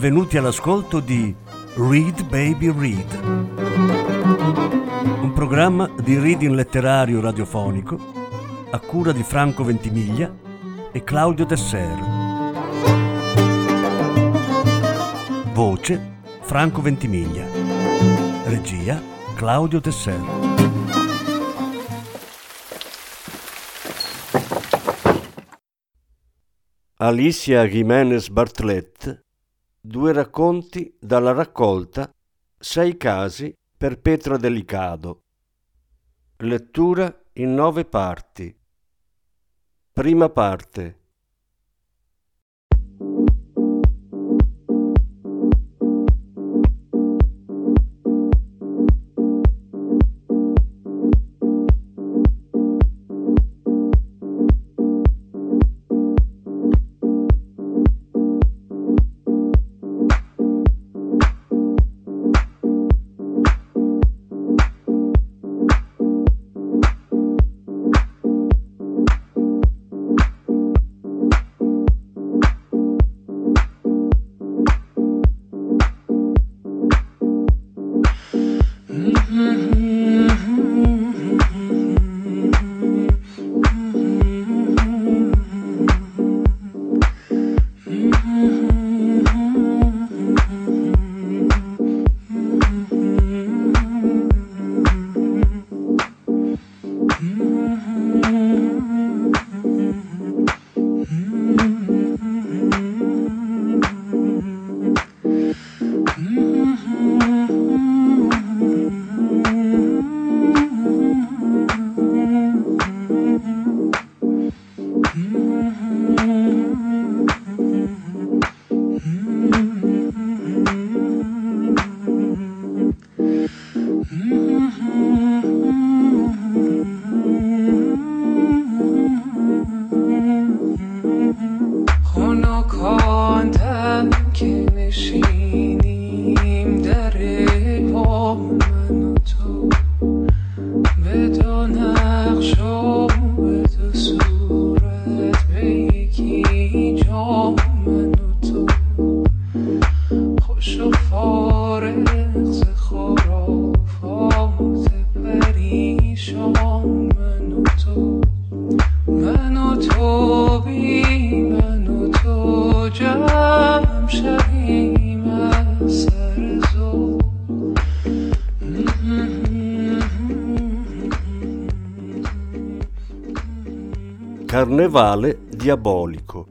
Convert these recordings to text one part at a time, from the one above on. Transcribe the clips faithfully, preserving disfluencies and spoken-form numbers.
benvenuti all'ascolto di Read Baby Read, un programma di reading letterario radiofonico a cura di Franco Ventimiglia e Claudio Desser. Voce Franco Ventimiglia. Regia Claudio Desser. Alicia Jiménez Bartlett. Due racconti dalla raccolta Sei casi per Petra Delicado. Lettura in nove parti. Prima parte. Carnevale diabolico.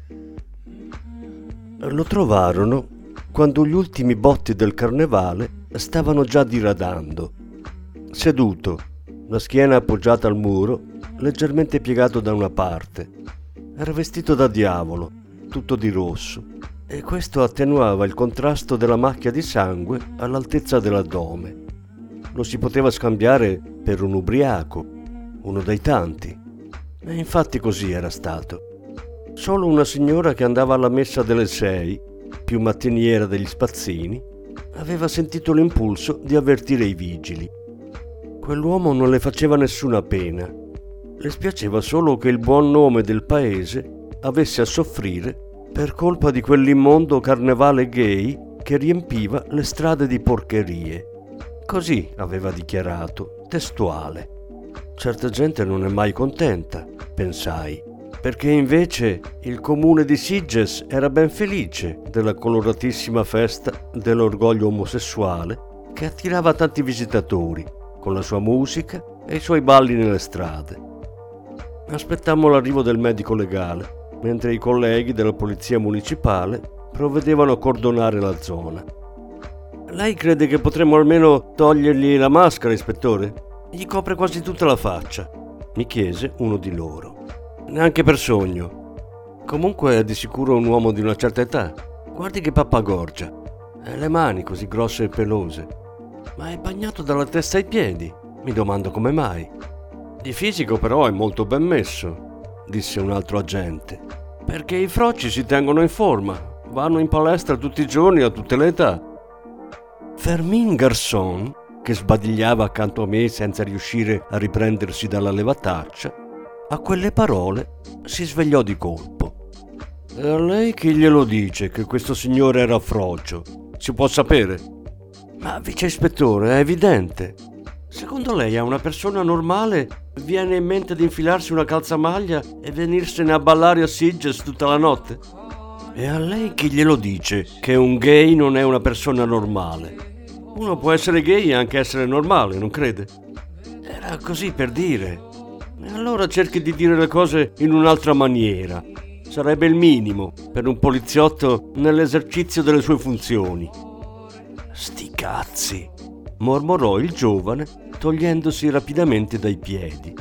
Lo trovarono quando gli ultimi botti del carnevale stavano già diradando, seduto, la schiena appoggiata al muro, leggermente piegato da una parte. Era vestito da diavolo, tutto di rosso, e questo attenuava il contrasto della macchia di sangue all'altezza dell'addome. Lo si poteva scambiare per un ubriaco, uno dei tanti. E infatti così era stato. Solo una signora che andava alla messa delle sei, più mattiniera degli spazzini, aveva sentito l'impulso di avvertire i vigili. Quell'uomo non le faceva nessuna pena. Le spiaceva solo che il buon nome del paese avesse a soffrire per colpa di quell'immondo carnevale gay che riempiva le strade di porcherie. Così aveva dichiarato, testuale. Certa gente non è mai contenta, pensai, perché invece il comune di Sitges era ben felice della coloratissima festa dell'orgoglio omosessuale che attirava tanti visitatori con la sua musica e i suoi balli nelle strade. Aspettammo l'arrivo del medico legale, mentre i colleghi della polizia municipale provvedevano a cordonare la zona. Lei crede che potremmo almeno togliergli la maschera, ispettore? Gli copre quasi tutta la faccia, mi chiese uno di loro. Neanche per sogno. Comunque è di sicuro un uomo di una certa età. Guardi che pappagorgia. E le mani così grosse e pelose. Ma è bagnato dalla testa ai piedi. Mi domando come mai. Di fisico però è molto ben messo, disse un altro agente. Perché i froci si tengono in forma. Vanno in palestra tutti i giorni a tutte le età. Fermin Garçon, che sbadigliava accanto a me senza riuscire a riprendersi dalla levataccia, a quelle parole si svegliò di colpo. E a lei chi glielo dice che questo signore era frocio? Si può sapere? Ma vice ispettore, è evidente. Secondo lei a una persona normale viene in mente di infilarsi una calzamaglia e venirsene a ballare a Sitges tutta la notte? E a lei chi glielo dice che un gay non è una persona normale? Uno può essere gay e anche essere normale, non crede? Era così per dire. E allora cerchi di dire le cose in un'altra maniera. Sarebbe il minimo per un poliziotto nell'esercizio delle sue funzioni. Sti cazzi, mormorò il giovane togliendosi rapidamente dai piedi.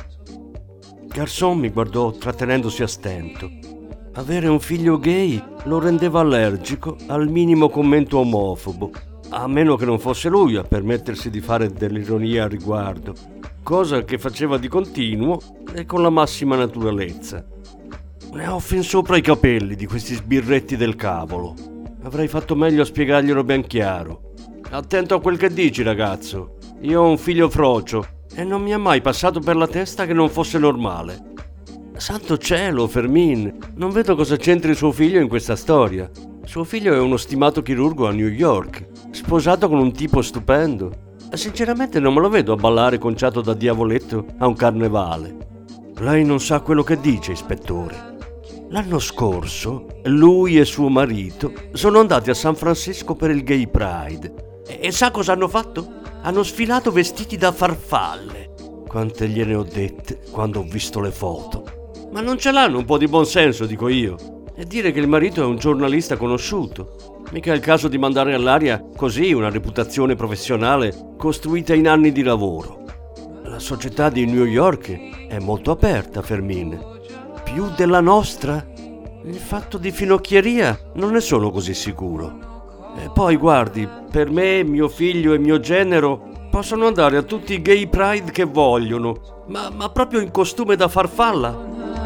Garçon mi guardò trattenendosi a stento. Avere un figlio gay lo rendeva allergico al minimo commento omofobo, a meno che non fosse lui a permettersi di fare dell'ironia al riguardo, cosa che faceva di continuo e con la massima naturalezza. Ne ho fin sopra i capelli di questi sbirretti del cavolo. Avrei fatto meglio a spiegarglielo ben chiaro. Attento a quel che dici, ragazzo. Io ho un figlio frocio e non mi è mai passato per la testa che non fosse normale. Santo cielo, Fermin, non vedo cosa c'entri suo figlio in questa storia. Suo figlio è uno stimato chirurgo a New York, sposato con un tipo stupendo. E sinceramente non me lo vedo a ballare conciato da diavoletto a un carnevale. Lei non sa quello che dice, ispettore. L'anno scorso lui e suo marito sono andati a San Francisco per il Gay Pride. E, e sa cosa hanno fatto? Hanno sfilato vestiti da farfalle. Quante gliene ho dette quando ho visto le foto. Ma non ce l'hanno un po' di buonsenso, dico io. E dire che il marito è un giornalista conosciuto. Mica è il caso di mandare all'aria così una reputazione professionale costruita in anni di lavoro. La società di New York è molto aperta, Fermin. Più della nostra? Il fatto di finocchieria non ne sono così sicuro. E poi guardi, per me, mio figlio e mio genero possono andare a tutti i gay pride che vogliono, ma, ma proprio in costume da farfalla.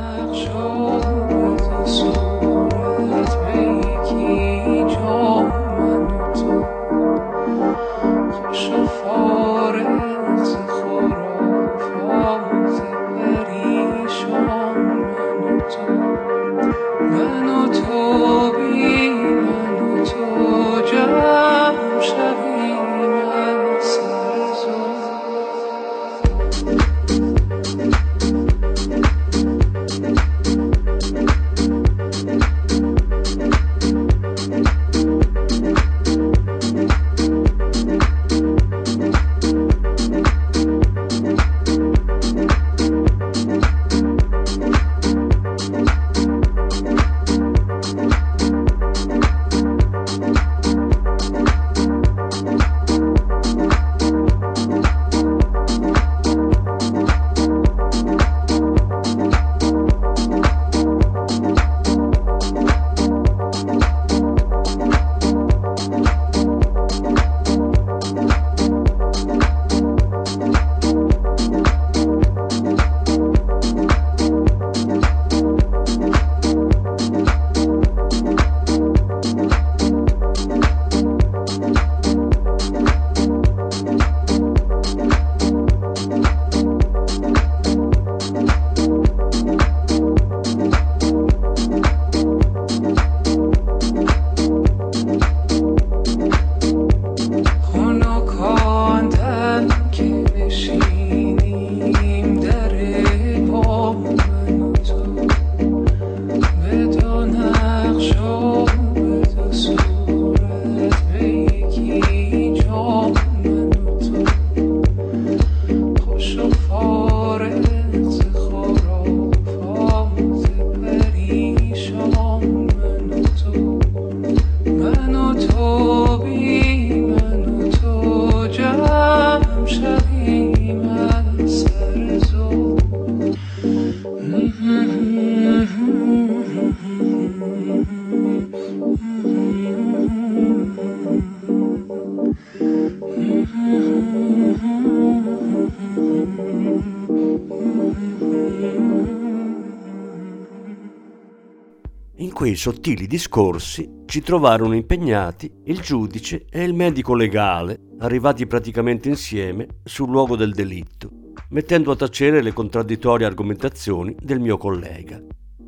In quei sottili discorsi ci trovarono impegnati il giudice e il medico legale, arrivati praticamente insieme sul luogo del delitto, mettendo a tacere le contraddittorie argomentazioni del mio collega.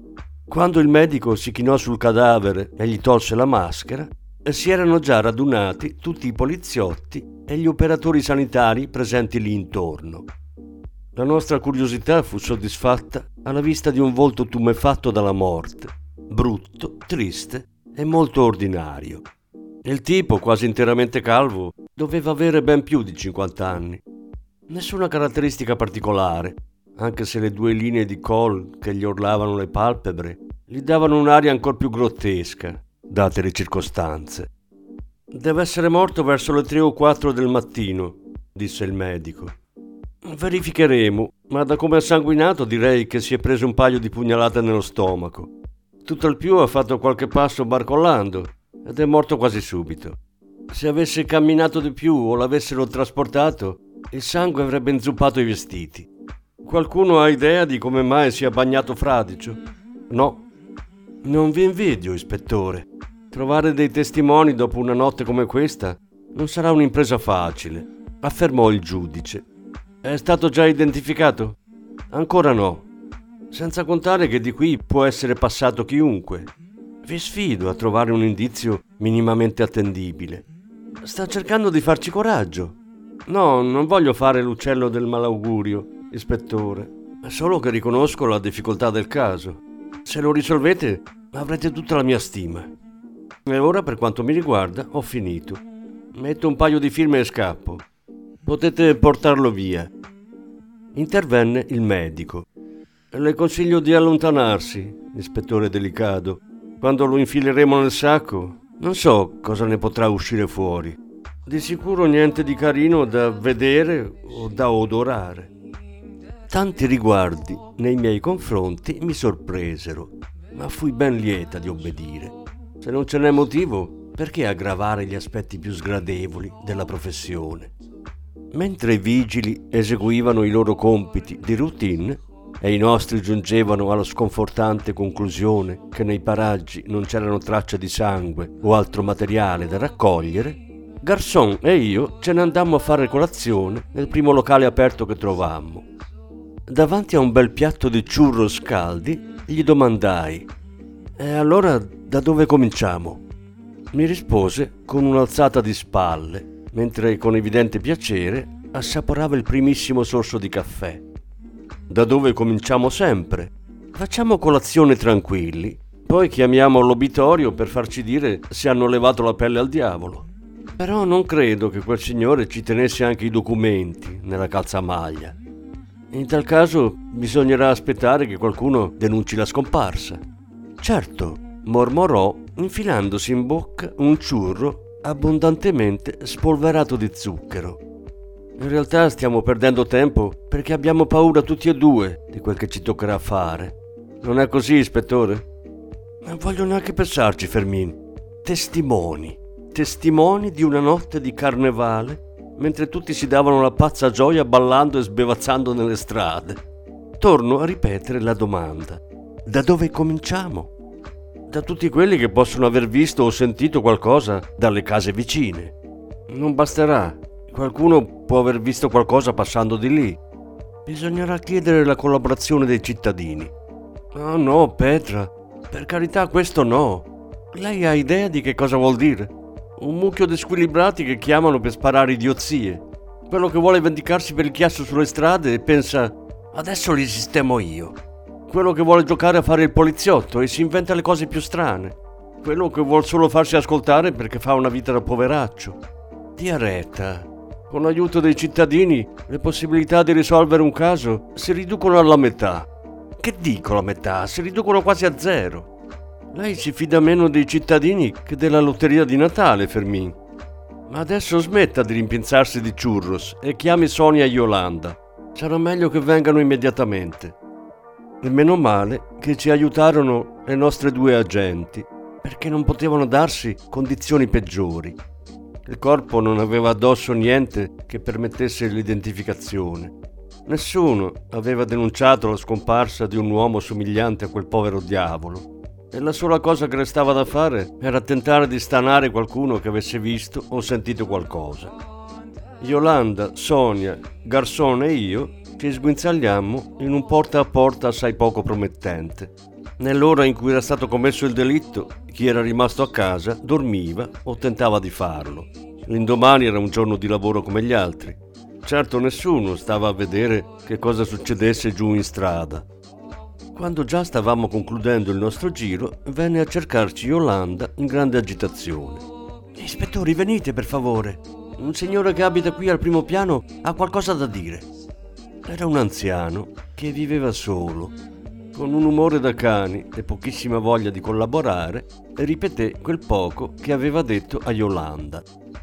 Quando il medico si chinò sul cadavere e gli tolse la maschera, si erano già radunati tutti i poliziotti e gli operatori sanitari presenti lì intorno. La nostra curiosità fu soddisfatta alla vista di un volto tumefatto dalla morte, brutto, triste e molto ordinario. Il tipo, quasi interamente calvo, doveva avere ben più di cinquanta anni. Nessuna caratteristica particolare, anche se le due linee di Cole che gli orlavano le palpebre gli davano un'aria ancor più grottesca, date le circostanze. «Deve essere morto verso le tre o quattro del mattino», disse il medico. «Verificheremo, ma da come è sanguinato direi che si è preso un paio di pugnalate nello stomaco. Tutt'al più ha fatto qualche passo barcollando ed è morto quasi subito. Se avesse camminato di più o l'avessero trasportato, il sangue avrebbe inzuppato i vestiti. Qualcuno ha idea di come mai sia bagnato fradicio?» «No». «Non vi invidio, ispettore. Trovare dei testimoni dopo una notte come questa non sarà un'impresa facile», affermò il giudice. «È stato già identificato?» «Ancora no. Senza contare che di qui può essere passato chiunque. Vi sfido a trovare un indizio minimamente attendibile. Sta cercando di farci coraggio». «No, non voglio fare l'uccello del malaugurio, ispettore. È solo che riconosco la difficoltà del caso. Se lo risolvete, avrete tutta la mia stima. E ora, per quanto mi riguarda, ho finito. Metto un paio di firme e scappo. Potete portarlo via». Intervenne il medico. «Le consiglio di allontanarsi, ispettore Delicado. Quando lo infileremo nel sacco, non so cosa ne potrà uscire fuori. Di sicuro niente di carino da vedere o da odorare». Tanti riguardi nei miei confronti mi sorpresero, ma fui ben lieta di obbedire. Se non ce n'è motivo, perché aggravare gli aspetti più sgradevoli della professione? Mentre i vigili eseguivano i loro compiti di routine e i nostri giungevano alla sconfortante conclusione che nei paraggi non c'erano tracce di sangue o altro materiale da raccogliere, Garçon e io ce ne andammo a fare colazione nel primo locale aperto che trovammo. Davanti a un bel piatto di churros caldi gli domandai: «E allora da dove cominciamo?» Mi rispose con un'alzata di spalle, mentre con evidente piacere assaporava il primissimo sorso di caffè. «Da dove cominciamo sempre? Facciamo colazione tranquilli, poi chiamiamo l'obitorio per farci dire se hanno levato la pelle al diavolo. Però non credo che quel signore ci tenesse anche i documenti nella calzamaglia. In tal caso bisognerà aspettare che qualcuno denunci la scomparsa». «Certo», mormorò infilandosi in bocca un ciurro abbondantemente spolverato di zucchero. «In realtà stiamo perdendo tempo perché abbiamo paura tutti e due di quel che ci toccherà fare. Non è così, ispettore?» «Non voglio neanche pensarci, Fermin. Testimoni, testimoni di una notte di carnevale mentre tutti si davano la pazza gioia ballando e sbevazzando nelle strade. Torno a ripetere la domanda: da dove cominciamo?» «Da tutti quelli che possono aver visto o sentito qualcosa dalle case vicine. Non basterà. Qualcuno può aver visto qualcosa passando di lì. Bisognerà chiedere la collaborazione dei cittadini». «Oh no, Petra, per carità, questo no. Lei ha idea di che cosa vuol dire? Un mucchio di squilibrati che chiamano per sparare idiozie. Quello che vuole vendicarsi per il chiasso sulle strade e pensa: adesso li sistemo io. Quello che vuole giocare a fare il poliziotto e si inventa le cose più strane. Quello che vuol solo farsi ascoltare perché fa una vita da poveraccio. Dia retta. Con l'aiuto dei cittadini le possibilità di risolvere un caso si riducono alla metà. Che dico la metà? Si riducono quasi a zero. Lei si fida meno dei cittadini che della lotteria di Natale, Fermin. Ma adesso smetta di rimpiazzarsi di churros e chiami Sonia e Yolanda. Sarà meglio che vengano immediatamente». E meno male che ci aiutarono le nostre due agenti, perché non potevano darsi condizioni peggiori. Il corpo non aveva addosso niente che permettesse l'identificazione. Nessuno aveva denunciato la scomparsa di un uomo somigliante a quel povero diavolo. E la sola cosa che restava da fare era tentare di stanare qualcuno che avesse visto o sentito qualcosa. Yolanda, Sonia, Garçon e io ci sguinzagliammo in un porta a porta assai poco promettente. Nell'ora in cui era stato commesso il delitto, chi era rimasto a casa dormiva o tentava di farlo. L'indomani era un giorno di lavoro come gli altri. Certo, nessuno stava a vedere che cosa succedesse giù in strada. Quando già stavamo concludendo il nostro giro, venne a cercarci Yolanda in grande agitazione. «Ispettore, venite per favore. Un signore che abita qui al primo piano ha qualcosa da dire». Era un anziano che viveva solo, con un umore da cani e pochissima voglia di collaborare, e ripeté quel poco che aveva detto a Yolanda.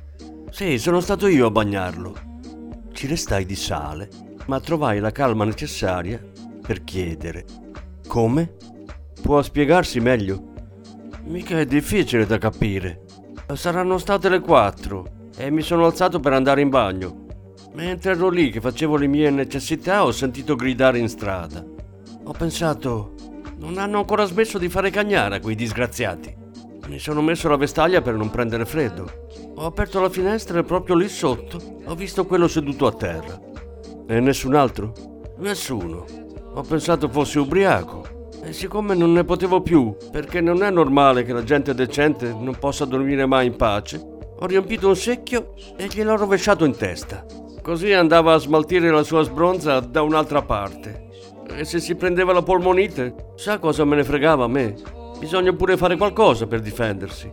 «Sì, sono stato io a bagnarlo». Ci restai di sale, ma trovai la calma necessaria per chiedere: «Come? Può spiegarsi meglio?» «Mica è difficile da capire. Saranno state le quattro e mi sono alzato per andare in bagno. Mentre ero lì che facevo le mie necessità ho sentito gridare in strada. Ho pensato, non hanno ancora smesso di fare cagnara quei disgraziati. Mi sono messo la vestaglia per non prendere freddo. Ho aperto la finestra e proprio lì sotto ho visto quello seduto a terra». «E nessun altro?» «Nessuno. Ho pensato fosse ubriaco. E siccome non ne potevo più, perché non è normale che la gente decente non possa dormire mai in pace, ho riempito un secchio e gliel'ho rovesciato in testa. Così andava a smaltire la sua sbronza da un'altra parte. E se si prendeva la polmonite, sa cosa me ne fregava a me? Bisogna pure fare qualcosa per difendersi».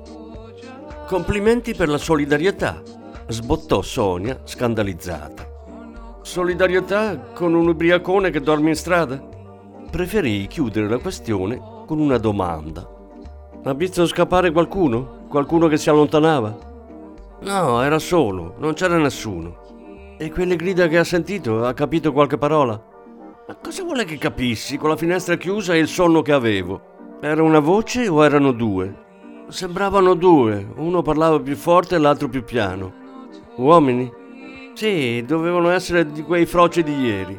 «Complimenti per la solidarietà», sbottò Sonia scandalizzata. «Solidarietà con un ubriacone che dorme in strada?» Preferii chiudere la questione con una domanda. «Ha visto scappare qualcuno? Qualcuno che si allontanava?» «No, era solo, non c'era nessuno». «E quelle grida che ha sentito, ha capito qualche parola?» «Ma cosa vuole che capissi con la finestra chiusa e il sonno che avevo? Era una voce o erano due?» «Sembravano due, uno parlava più forte e l'altro più piano». «Uomini?» «Sì, dovevano essere di quei froci di ieri».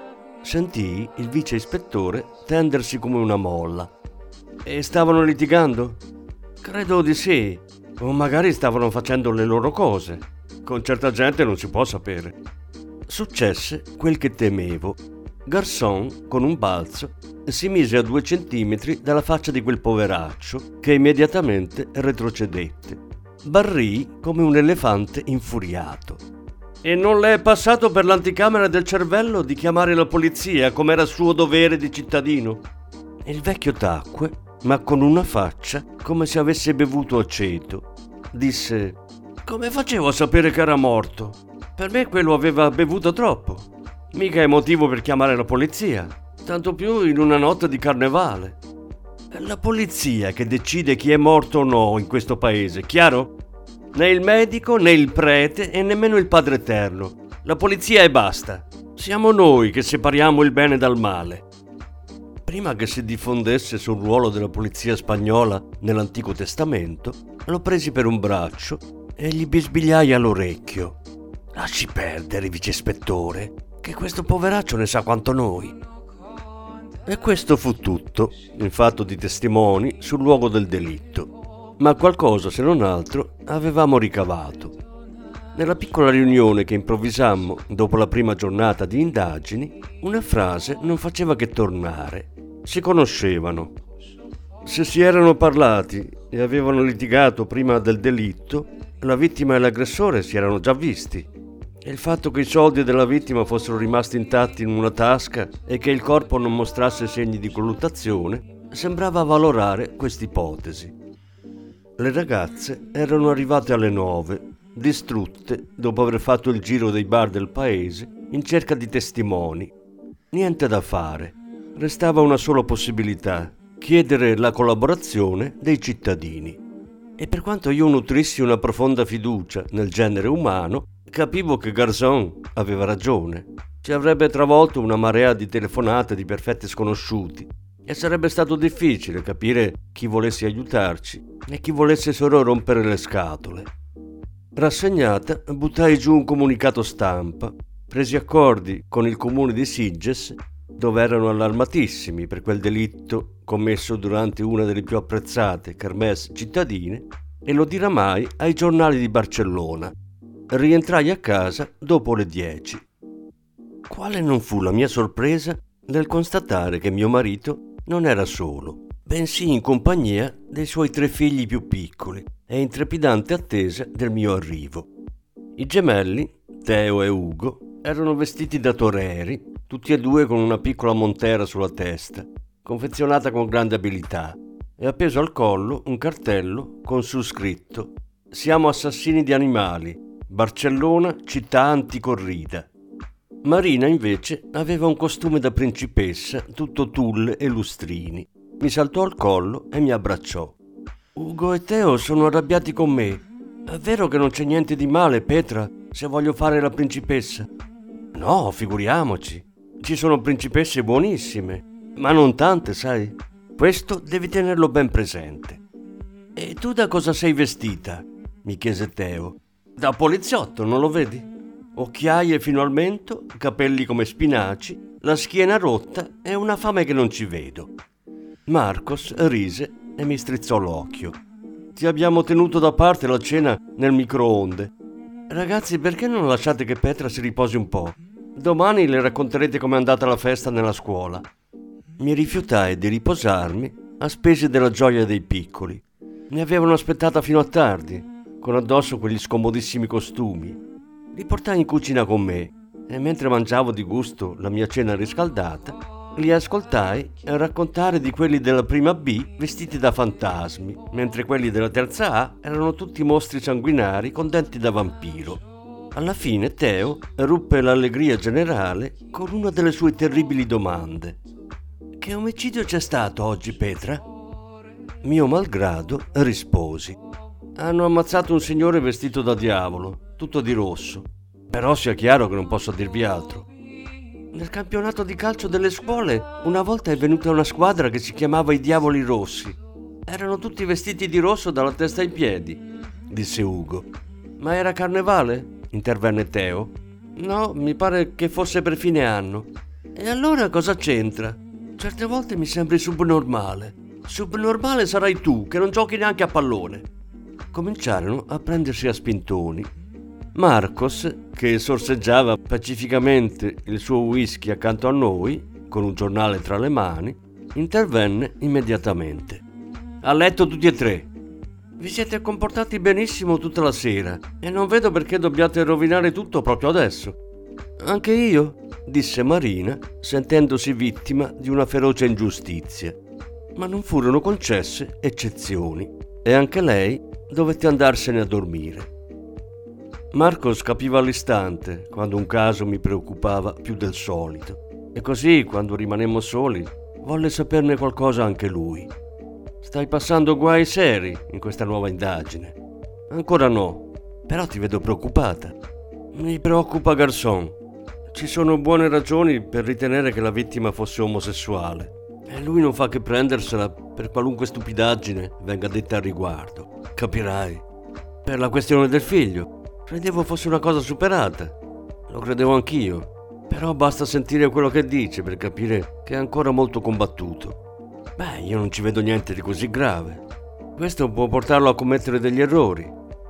Sentii il vice ispettore tendersi come una molla. «E stavano litigando?» «Credo di sì, o magari stavano facendo le loro cose. Con certa gente non si può sapere». Successe quel che temevo. Garçon, con un balzo, si mise a due centimetri dalla faccia di quel poveraccio, che immediatamente retrocedette. Barrì come un elefante infuriato. «E non le è passato per l'anticamera del cervello di chiamare la polizia, come era suo dovere di cittadino?» Il vecchio tacque, ma con una faccia come se avesse bevuto aceto. Disse: «Come facevo a sapere che era morto? Per me quello aveva bevuto troppo. Mica è motivo per chiamare la polizia, tanto più in una notte di carnevale. È la polizia che decide chi è morto o no in questo paese, chiaro? Né il medico, né il prete e nemmeno il Padre Eterno. La polizia e basta. Siamo noi che separiamo il bene dal male». Prima che si diffondesse sul ruolo della polizia spagnola nell'Antico Testamento, lo presi per un braccio e gli bisbigliai all'orecchio: «Lasci perdere, vice ispettore, che questo poveraccio ne sa quanto noi». E questo fu tutto, in fatto di testimoni sul luogo del delitto. Ma qualcosa, se non altro, avevamo ricavato. Nella piccola riunione che improvvisammo dopo la prima giornata di indagini, una frase non faceva che tornare. Si conoscevano. Se si erano parlati e avevano litigato prima del delitto, la vittima e l'aggressore si erano già visti. E il fatto che i soldi della vittima fossero rimasti intatti in una tasca e che il corpo non mostrasse segni di colluttazione sembrava avvalorare quest'ipotesi. Le ragazze erano arrivate alle nove, distrutte dopo aver fatto il giro dei bar del paese in cerca di testimoni. Niente da fare. Restava una sola possibilità: chiedere la collaborazione dei cittadini. E per quanto io nutrissi una profonda fiducia nel genere umano, capivo che Garçon aveva ragione. Ci avrebbe travolto una marea di telefonate di perfetti sconosciuti e sarebbe stato difficile capire chi volesse aiutarci e chi volesse solo rompere le scatole. Rassegnata, buttai giù un comunicato stampa, presi accordi con il comune di Sitges, dove erano allarmatissimi per quel delitto commesso durante una delle più apprezzate kermesse cittadine, e lo diramai ai giornali di Barcellona. Rientrai a casa dopo le dieci. Quale non fu la mia sorpresa nel constatare che mio marito non era solo. bensì in compagnia dei suoi tre figli più piccoli e in trepidante attesa del mio arrivo. I gemelli, Teo e Ugo, erano vestiti da toreri, tutti e due con una piccola montera sulla testa, confezionata con grande abilità, e appeso al collo un cartello con su scritto: «Siamo assassini di animali, Barcellona, città anticorrida». Marina invece aveva un costume da principessa, tutto tulle e lustrini. Mi saltò al collo e mi abbracciò. «Ugo e Teo sono arrabbiati con me. È vero che non c'è niente di male, Petra, se voglio fare la principessa?» «No, figuriamoci. Ci sono principesse buonissime, ma non tante, sai. Questo devi tenerlo ben presente». «E tu da cosa sei vestita?» mi chiese Teo. «Da poliziotto, non lo vedi? Occhiaie fino al mento, capelli come spinaci, la schiena rotta e una fame che non ci vedo». Marcos rise e mi strizzò l'occhio. «Ti abbiamo tenuto da parte la cena nel microonde. Ragazzi, perché non lasciate che Petra si riposi un po'? Domani le racconterete com'è andata la festa nella scuola». Mi rifiutai di riposarmi a spese della gioia dei piccoli. Mi avevano aspettata fino a tardi, con addosso quegli scomodissimi costumi. Li portai in cucina con me e mentre mangiavo di gusto la mia cena riscaldata, li ascoltai raccontare di quelli della prima B vestiti da fantasmi, mentre quelli della terza A erano tutti mostri sanguinari con denti da vampiro. Alla fine Teo ruppe l'allegria generale con una delle sue terribili domande. «Che omicidio c'è stato oggi, Petra?» Mio malgrado risposi: «Hanno ammazzato un signore vestito da diavolo, tutto di rosso. Però sia chiaro che non posso dirvi altro. Nel campionato di calcio delle scuole una volta è venuta una squadra che si chiamava i Diavoli Rossi. Erano tutti vestiti di rosso dalla testa ai piedi», disse Ugo. «Ma era carnevale?» intervenne Teo. «No, mi pare che fosse per fine anno». «E allora cosa c'entra? Certe volte mi sembri subnormale. Subnormale sarai tu, che non giochi neanche a pallone». Cominciarono a prendersi a spintoni. Marcos, che sorseggiava pacificamente il suo whisky accanto a noi, con un giornale tra le mani, intervenne immediatamente. «A letto tutti e tre. Vi siete comportati benissimo tutta la sera e non vedo perché dobbiate rovinare tutto proprio adesso». «Anche io», disse Marina, sentendosi vittima di una feroce ingiustizia. Ma non furono concesse eccezioni e anche lei dovette andarsene a dormire. Marcos capiva all'istante quando un caso mi preoccupava più del solito e così, quando rimanemmo soli, volle saperne qualcosa anche lui. «Stai passando guai seri in questa nuova indagine?» «Ancora no, però ti vedo preoccupata». «Mi preoccupa, garçon. Ci sono buone ragioni per ritenere che la vittima fosse omosessuale e lui non fa che prendersela per qualunque stupidaggine venga detta al riguardo. Capirai. Per la questione del figlio, credevo fosse una cosa superata. Lo credevo anch'io, però basta sentire quello che dice per capire che è ancora molto combattuto. Beh, io non ci vedo niente di così grave. Questo può portarlo a commettere degli errori».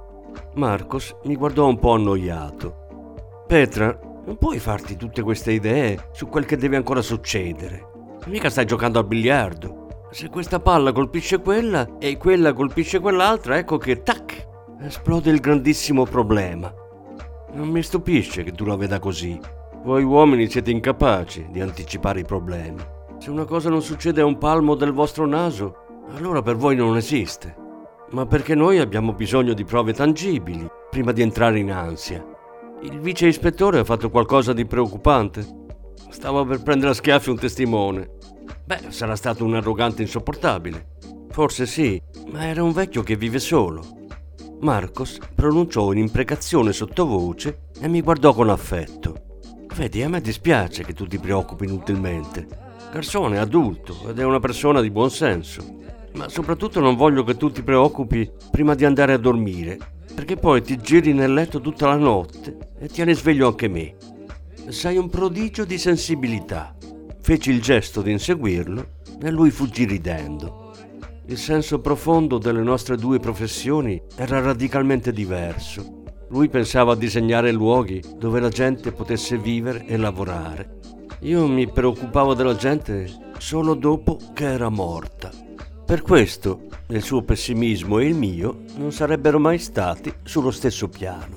Marcos mi guardò un po' annoiato. «Petra, non puoi farti tutte queste idee su quel che deve ancora succedere. Mica stai giocando a biliardo. Se questa palla colpisce quella e quella colpisce quell'altra, ecco che, tac, esplode il grandissimo problema. Non mi stupisce che tu la veda così. Voi uomini siete incapaci di anticipare i problemi. Se una cosa non succede a un palmo del vostro naso, allora per voi non esiste. Ma perché noi abbiamo bisogno di prove tangibili prima di entrare in ansia. Il vice ispettore ha fatto qualcosa di preoccupante. Stava per prendere a schiaffi un testimone. Beh, sarà stato un arrogante insopportabile. Forse sì, ma era un vecchio che vive solo». Marcos pronunciò un'imprecazione sottovoce e mi guardò con affetto. «Vedi, a me dispiace che tu ti preoccupi inutilmente. Garçon è adulto ed è una persona di buon senso. Ma soprattutto non voglio che tu ti preoccupi prima di andare a dormire, perché poi ti giri nel letto tutta la notte e tieni sveglio anche me. Sei un prodigio di sensibilità». Feci il gesto di inseguirlo e lui fuggì ridendo. Il senso profondo delle nostre due professioni era radicalmente diverso. Lui pensava a disegnare luoghi dove la gente potesse vivere e lavorare. Io mi preoccupavo della gente solo dopo che era morta. Per questo il suo pessimismo e il mio non sarebbero mai stati sullo stesso piano.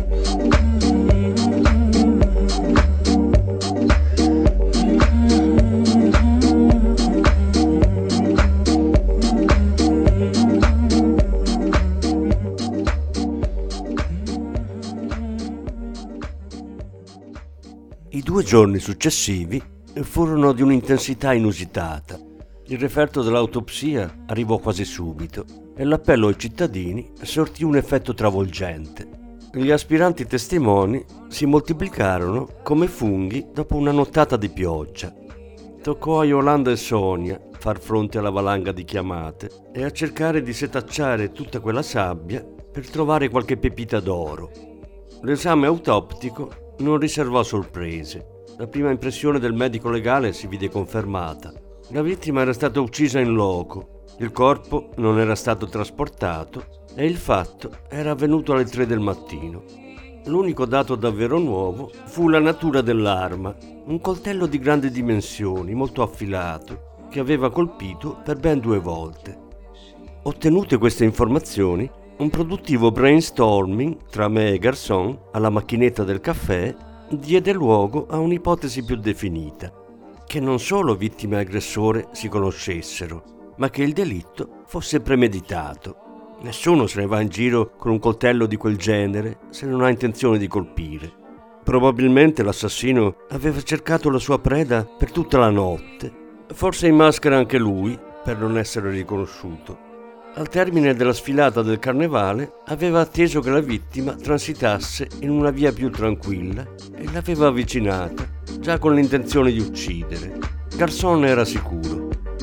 I due giorni successivi furono di un'intensità inusitata. Il referto dell'autopsia arrivò quasi subito e l'appello ai cittadini sortì un effetto travolgente. Gli aspiranti testimoni si moltiplicarono come funghi dopo una nottata di pioggia. Toccò a Yolanda e Sonia far fronte alla valanga di chiamate e a cercare di setacciare tutta quella sabbia per trovare qualche pepita d'oro. L'esame autoptico non riservò sorprese. La prima impressione del medico legale si vide confermata. La vittima era stata uccisa in loco, il corpo non era stato trasportato e il fatto era avvenuto alle tre del mattino. L'unico dato davvero nuovo fu la natura dell'arma, un coltello di grandi dimensioni, molto affilato, che aveva colpito per ben due volte. Ottenute queste informazioni, un produttivo brainstorming tra me e Garçon alla macchinetta del caffè diede luogo a un'ipotesi più definita, che non solo vittima e aggressore si conoscessero, ma che il delitto fosse premeditato. Nessuno se ne va in giro con un coltello di quel genere se non ha intenzione di colpire. Probabilmente l'assassino aveva cercato la sua preda per tutta la notte, forse in maschera anche lui per non essere riconosciuto. Al termine della sfilata del carnevale aveva atteso che la vittima transitasse in una via più tranquilla e l'aveva avvicinata, già con l'intenzione di uccidere. Garçon era sicuro.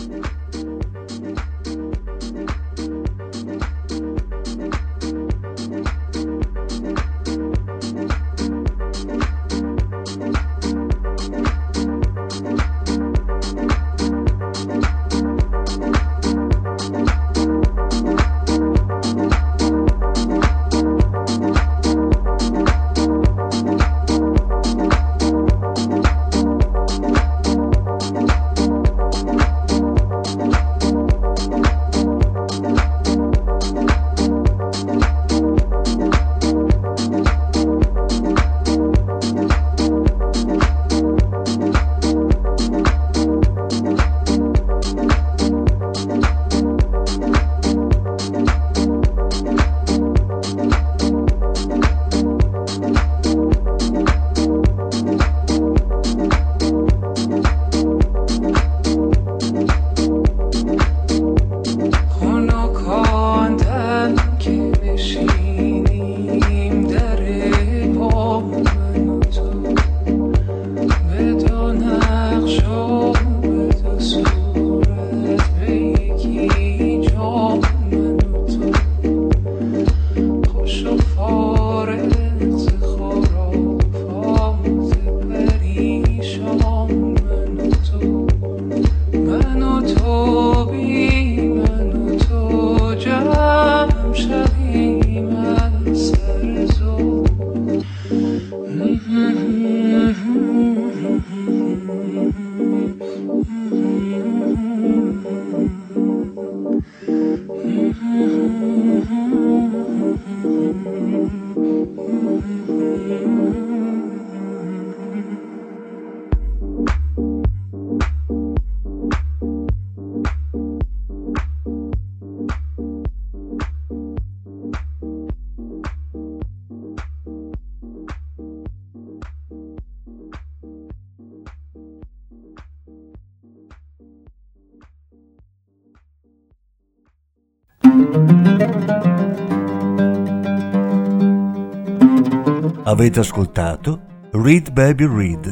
Avete ascoltato Read Baby Read,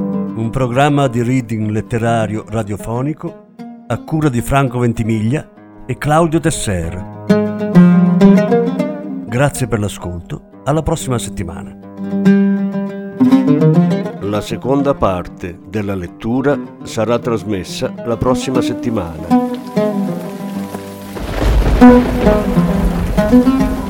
un programma di reading letterario radiofonico a cura di Franco Ventimiglia e Claudio Tesser. Grazie per l'ascolto, alla prossima settimana. La seconda parte della lettura sarà trasmessa la prossima settimana.